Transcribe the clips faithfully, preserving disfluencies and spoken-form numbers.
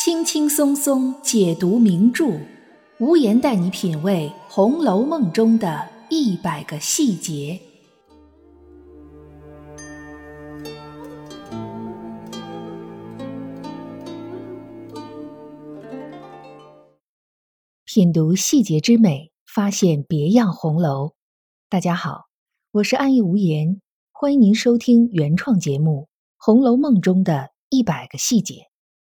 轻轻松松解读名著，无言带你品味《红楼梦》中的一百个细节。品读细节之美，发现别样红楼。大家好，我是暗夜无言，欢迎您收听原创节目《红楼梦》中的一百个细节。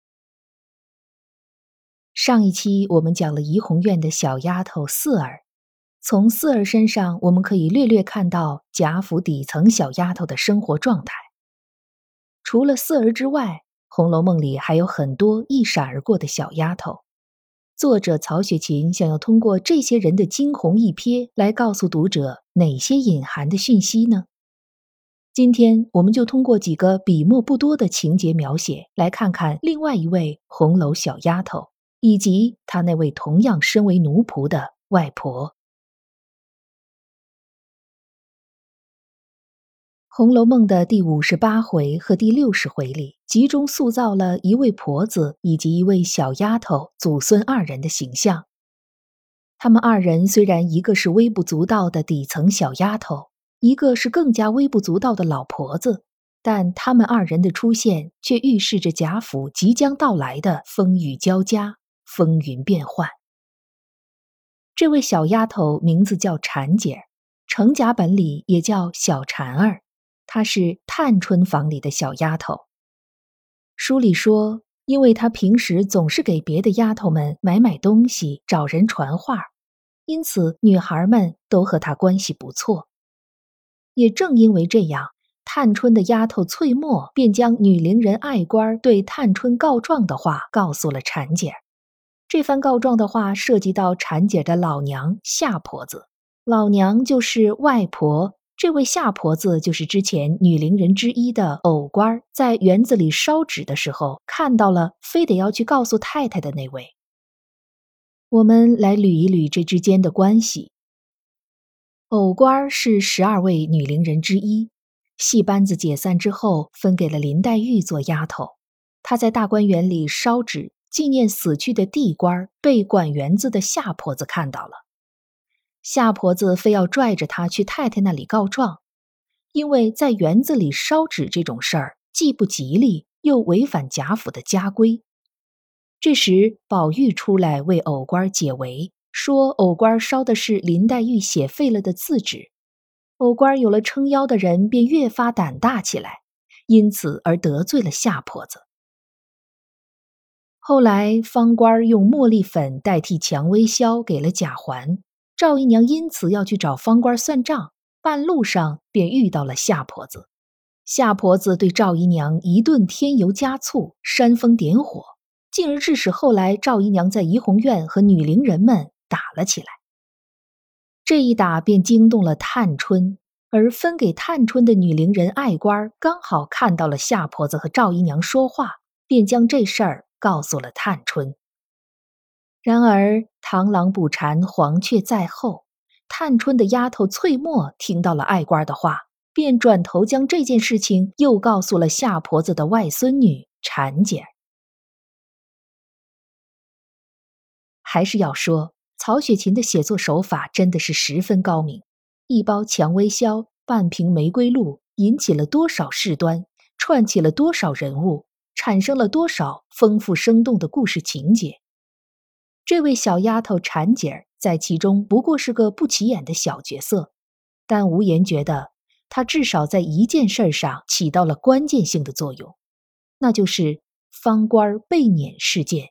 上一期我们讲了怡红院的小丫头四儿，从四儿身上我们可以略略看到贾府底层小丫头的生活状态。除了四儿之外，《红楼梦》里还有很多一闪而过的小丫头。作者曹雪芹想要通过这些人的惊鸿一瞥来告诉读者哪些隐含的讯息呢？今天我们就通过几个笔墨不多的情节描写，来看看另外一位红楼小丫头，以及她那位同样身为奴仆的外婆。《红楼梦》的第五十八回和第六十回里，集中塑造了一位婆子以及一位小丫头祖孙二人的形象。他们二人虽然一个是微不足道的底层小丫头，一个是更加微不足道的老婆子，但他们二人的出现却预示着贾府即将到来的风雨交加，风云变幻。这位小丫头名字叫婵姐，程甲本里也叫小婵儿，她是探春房里的小丫头。书里说，因为她平时总是给别的丫头们买买东西，找人传话，因此女孩们都和她关系不错。也正因为这样，探春的丫头翠墨便将女伶人爱官对探春告状的话告诉了婵姐。这番告状的话涉及到婵姐的老娘夏婆子，老娘就是外婆，这位夏婆子就是之前女伶人之一的藕官，在园子里烧纸的时候看到了，非得要去告诉太太的那位。我们来捋一捋这之间的关系。藕官是十二位女伶人之一，戏班子解散之后分给了林黛玉做丫头。她在大观园里烧纸纪念死去的地官，被管园子的夏婆子看到了。夏婆子非要拽着她去太太那里告状，因为在园子里烧纸这种事儿既不吉利，又违反贾府的家规。这时宝玉出来为藕官解围，说藕官烧的是林黛玉写废了的字纸。藕官有了撑腰的人，便越发胆大起来，因此而得罪了夏婆子。后来方官用茉莉粉代替蔷薇硝给了贾环，赵姨娘因此要去找方官算账，半路上便遇到了夏婆子。夏婆子对赵姨娘一顿添油加醋，煽风点火，进而致使后来赵姨娘在怡红院和女伶人们打了起来。这一打便惊动了探春，而分给探春的女伶人爱官刚好看到了夏婆子和赵姨娘说话，便将这事儿告诉了探春。然而螳螂捕蝉，黄雀在后，探春的丫头翠墨听到了爱官的话，便转头将这件事情又告诉了夏婆子的外孙女婵姐。还是要说，曹雪芹的写作手法真的是十分高明，一包蔷薇硝，半瓶玫瑰露，引起了多少事端，串起了多少人物，产生了多少丰富生动的故事情节。这位小丫头婵姐在其中不过是个不起眼的小角色，但无言觉得她至少在一件事上起到了关键性的作用，那就是方官被撵事件。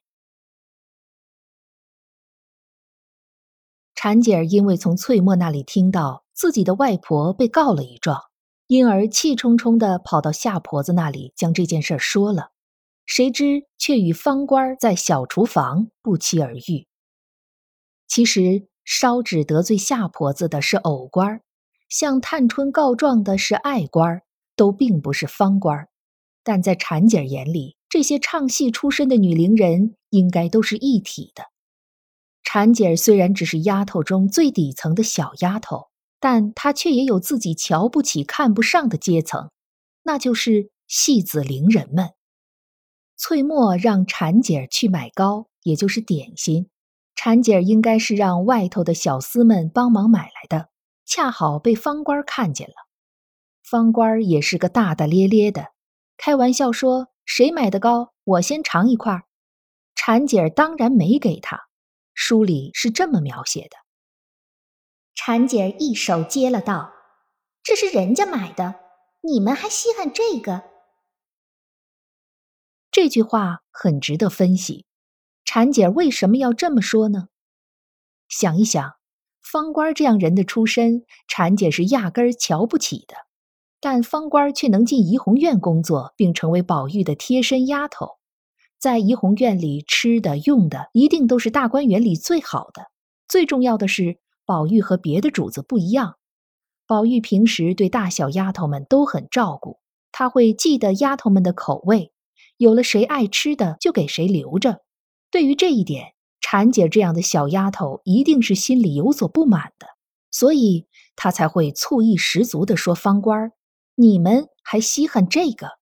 婵姐因为从翠墨那里听到自己的外婆被告了一状，因而气冲冲地跑到夏婆子那里将这件事说了，谁知却与方官在小厨房不期而遇。其实烧纸得罪夏婆子的是藕官，向探春告状的是爱官，都并不是方官。但在婵姐眼里，这些唱戏出身的女伶人应该都是一体的。婵姐虽然只是丫头中最底层的小丫头，但她却也有自己瞧不起看不上的阶层，那就是戏子伶人们。 翠墨让婵姐儿去买糕，也就是点心。婵姐儿应该是让外头的小厮们帮忙买来的，恰好被方官看见了。方官也是个大大咧咧的，开玩笑说：“谁买的糕，我先尝一块。”婵姐儿当然没给他。书里是这么描写的： 婵姐儿一手接了道：“这是人家买的，你们还稀罕这个？” 这句话很值得分析，婵姐为什么要这么说呢？想一想，方官这样人的出身，婵姐是压根儿瞧不起的，但方官却能进怡红院工作，并成为宝玉的贴身丫头。在怡红院里，吃的用的一定都是大观园里最好的。最重要的是，宝玉和别的主子不一样，宝玉平时对大小丫头们都很照顾，他会记得丫头们的口味，有了谁爱吃的就给谁留着。对于这一点，婵姐这样的小丫头一定是心里有所不满的，所以她才会醋意十足地说方官：“你们还稀罕这个？”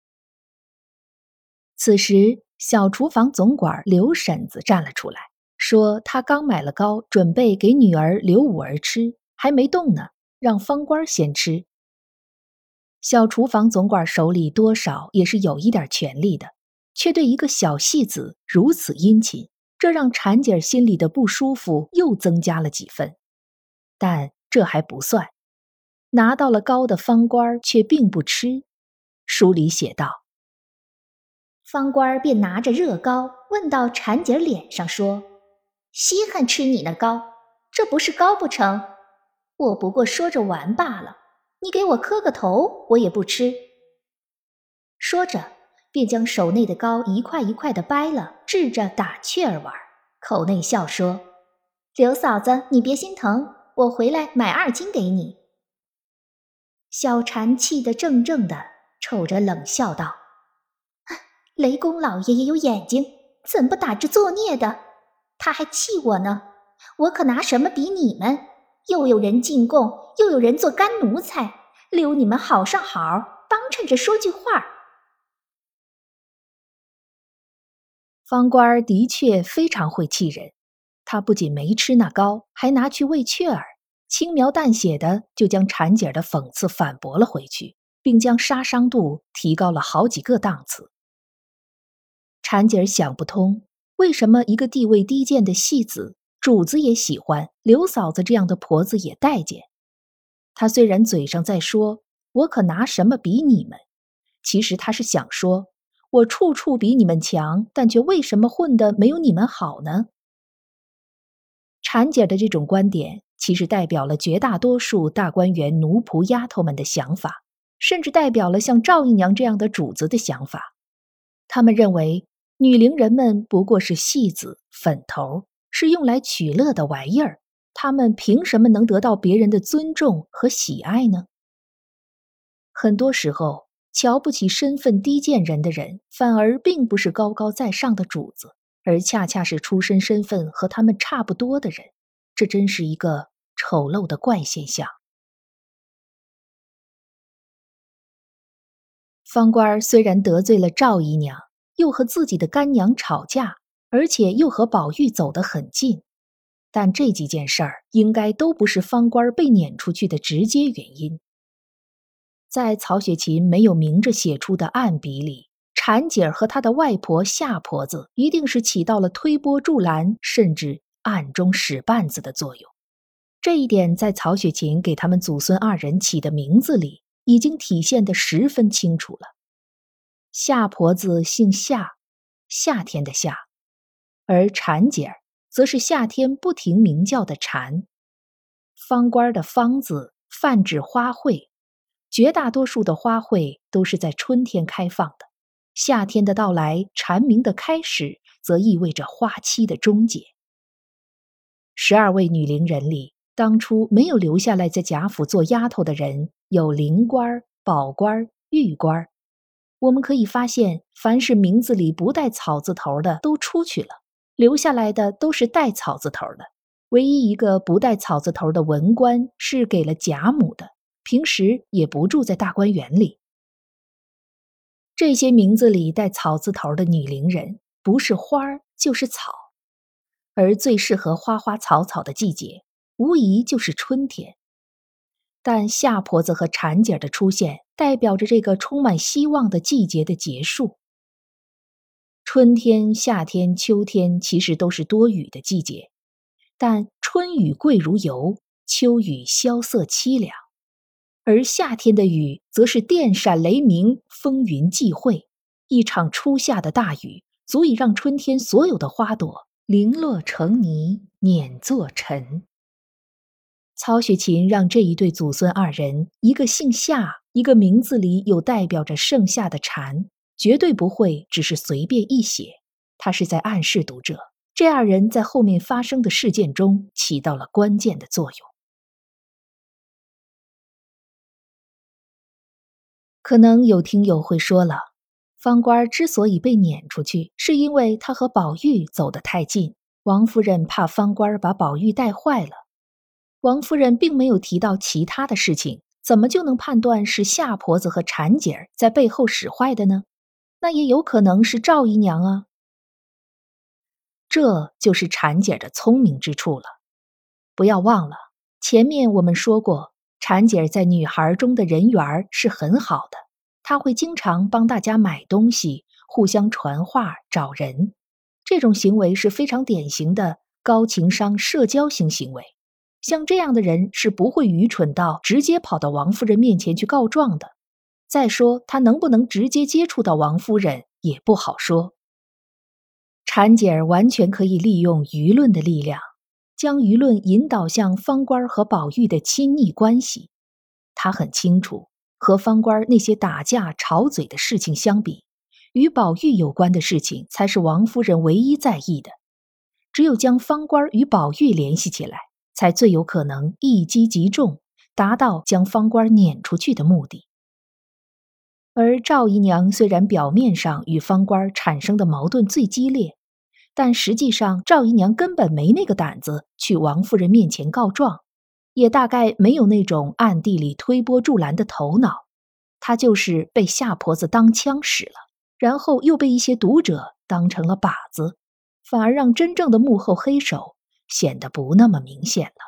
此时，小厨房总管刘婶子站了出来，说她刚买了糕，准备给女儿刘五儿吃，还没动呢，让方官先吃。小厨房总管手里多少也是有一点权力的，却对一个小戏子如此殷勤，这让婵姐心里的不舒服又增加了几分。但这还不算，拿到了糕的方官却并不吃。书里写道： 方官便拿着热糕问到婵姐脸上说：“稀罕吃你那糕，这不是糕不成？我不过说着玩罢了，你给我磕个头，我也不吃。”说着便将手内的糕一块一块的掰了，掷着打雀儿玩，口内笑说：“刘嫂子，你别心疼，我回来买二斤给你。”小婵气得怔怔的，瞅着冷笑道：“雷公老爷也有眼睛，怎不打着作孽的？他还气我呢，我可拿什么比你们？又有人进贡，又有人做干奴才，留你们好上好，帮衬着说句话。” 方官的确非常会气人，他不仅没吃那糕，还拿去喂雀儿，轻描淡写的就将婵姐的讽刺反驳了回去，并将杀伤度提高了好几个档次。婵姐想不通，为什么一个地位低贱的戏子，主子也喜欢，刘嫂子这样的婆子也待见。她虽然嘴上在说我可拿什么比你们，其实她是想说我处处比你们强，但却为什么混得没有你们好呢？婵姐的这种观点其实代表了绝大多数大观园奴仆丫头们的想法，甚至代表了像赵姨娘这样的主子的想法。他们认为女伶人们不过是戏子、粉头，是用来取乐的玩意儿，她们凭什么能得到别人的尊重和喜爱呢？很多时候，瞧不起身份低贱人的人，反而并不是高高在上的主子，而恰恰是出身身份和他们差不多的人。这真是一个丑陋的怪现象。方官虽然得罪了赵姨娘，又和自己的干娘吵架，而且又和宝玉走得很近，但这几件事儿应该都不是方官被撵出去的直接原因。在曹雪芹没有明着写出的暗笔里，婵姐儿和她的外婆夏婆子一定是起到了推波助澜，甚至暗中使绊子的作用。这一点在曹雪芹给他们祖孙二人起的名字里已经体现得十分清楚了。夏婆子姓夏，夏天的夏，而婵姐儿则是夏天不停鸣叫的蝉。方官的方字泛指花卉，绝大多数的花卉都是在春天开放的，夏天的到来，蝉鸣的开始，则意味着花期的终结。十二位女伶人里，当初没有留下来在贾府做丫头的人有灵官、宝官、玉官。我们可以发现，凡是名字里不带草字头的都出去了，留下来的都是带草字头的。唯一一个不带草字头的文官是给了贾母的，平时也不住在大观园里。 这些名字里带草字头的女伶人，不是花儿就是草，而最适合花花草草的季节，无疑就是春天。但夏婆子和婵姐的出现，代表着这个充满希望的季节的结束。春天、夏天、秋天其实都是多雨的季节，但春雨贵如油，秋雨萧瑟凄凉。而夏天的雨则是电闪雷鸣，风云际会，一场初夏的大雨，足以让春天所有的花朵零落成泥，碾作尘。曹雪芹让这一对祖孙二人，一个姓夏，一个名字里有代表着盛夏的蝉，绝对不会只是随便一写，他是在暗示读者，这二人在后面发生的事件中起到了关键的作用。可能有听友会说了，方官之所以被撵出去，是因为他和宝玉走得太近，王夫人怕方官把宝玉带坏了。王夫人并没有提到其他的事情，怎么就能判断是夏婆子和婵姐在背后使坏的呢？那也有可能是赵姨娘啊。这就是婵姐的聪明之处了。不要忘了，前面我们说过，婵姐在女孩中的人缘是很好的，她会经常帮大家买东西，互相传话找人，这种行为是非常典型的高情商社交型行为。像这样的人是不会愚蠢到直接跑到王夫人面前去告状的。再说他能不能直接接触到王夫人也不好说。婵姐儿完全可以利用舆论的力量，将舆论引导向方官和宝玉的亲昵关系。她很清楚，和方官那些打架吵嘴的事情相比，与宝玉有关的事情才是王夫人唯一在意的。只有将方官与宝玉联系起来，才最有可能一击即中，达到将方官撵出去的目的。而赵姨娘虽然表面上与方官产生的矛盾最激烈，但实际上赵姨娘根本没那个胆子去王夫人面前告状，也大概没有那种暗地里推波助澜的头脑。她就是被夏婆子当枪使了，然后又被一些读者当成了靶子，反而让真正的幕后黑手显得不那么明显了。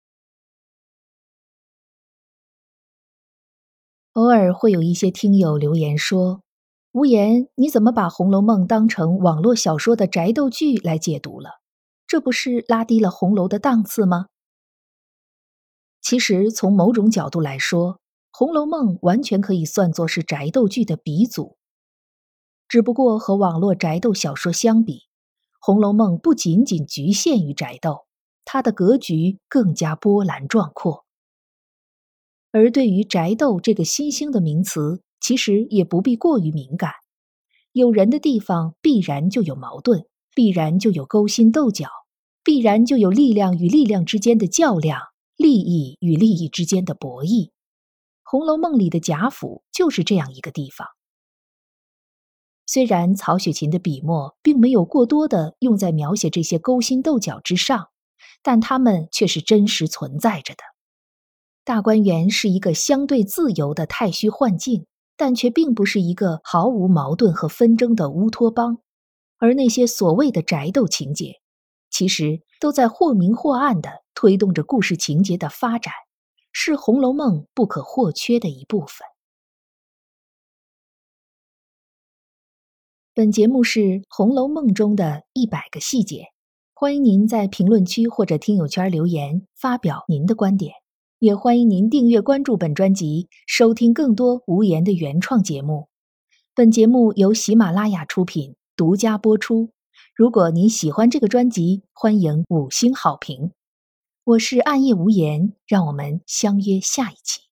偶尔会有一些听友留言说，无言，你怎么把《红楼梦》当成网络小说的宅斗剧来解读了？这不是拉低了红楼的档次吗？其实从某种角度来说，《红楼梦》完全可以算作是宅斗剧的鼻祖。只不过和网络宅斗小说相比，《红楼梦》不仅仅局限于宅斗，它的格局更加波澜壮阔。而对于宅斗这个新兴的名词，其实也不必过于敏感。有人的地方必然就有矛盾，必然就有勾心斗角，必然就有力量与力量之间的较量，利益与利益之间的博弈。《红楼梦》里的贾府就是这样一个地方。虽然曹雪芹的笔墨并没有过多的用在描写这些勾心斗角之上，但它们却是真实存在着的。大观园是一个相对自由的太虚幻境，但却并不是一个毫无矛盾和纷争的乌托邦。而那些所谓的宅斗情节，其实都在或明或暗地推动着故事情节的发展，是《红楼梦》不可或缺的一部分。本节目是《红楼梦》中的一百个细节，欢迎您在评论区或者听友圈留言，发表您的观点。也欢迎您订阅关注本专辑，收听更多无言的原创节目。本节目由喜马拉雅出品，独家播出。如果您喜欢这个专辑，欢迎五星好评。我是暗夜无言，让我们相约下一期。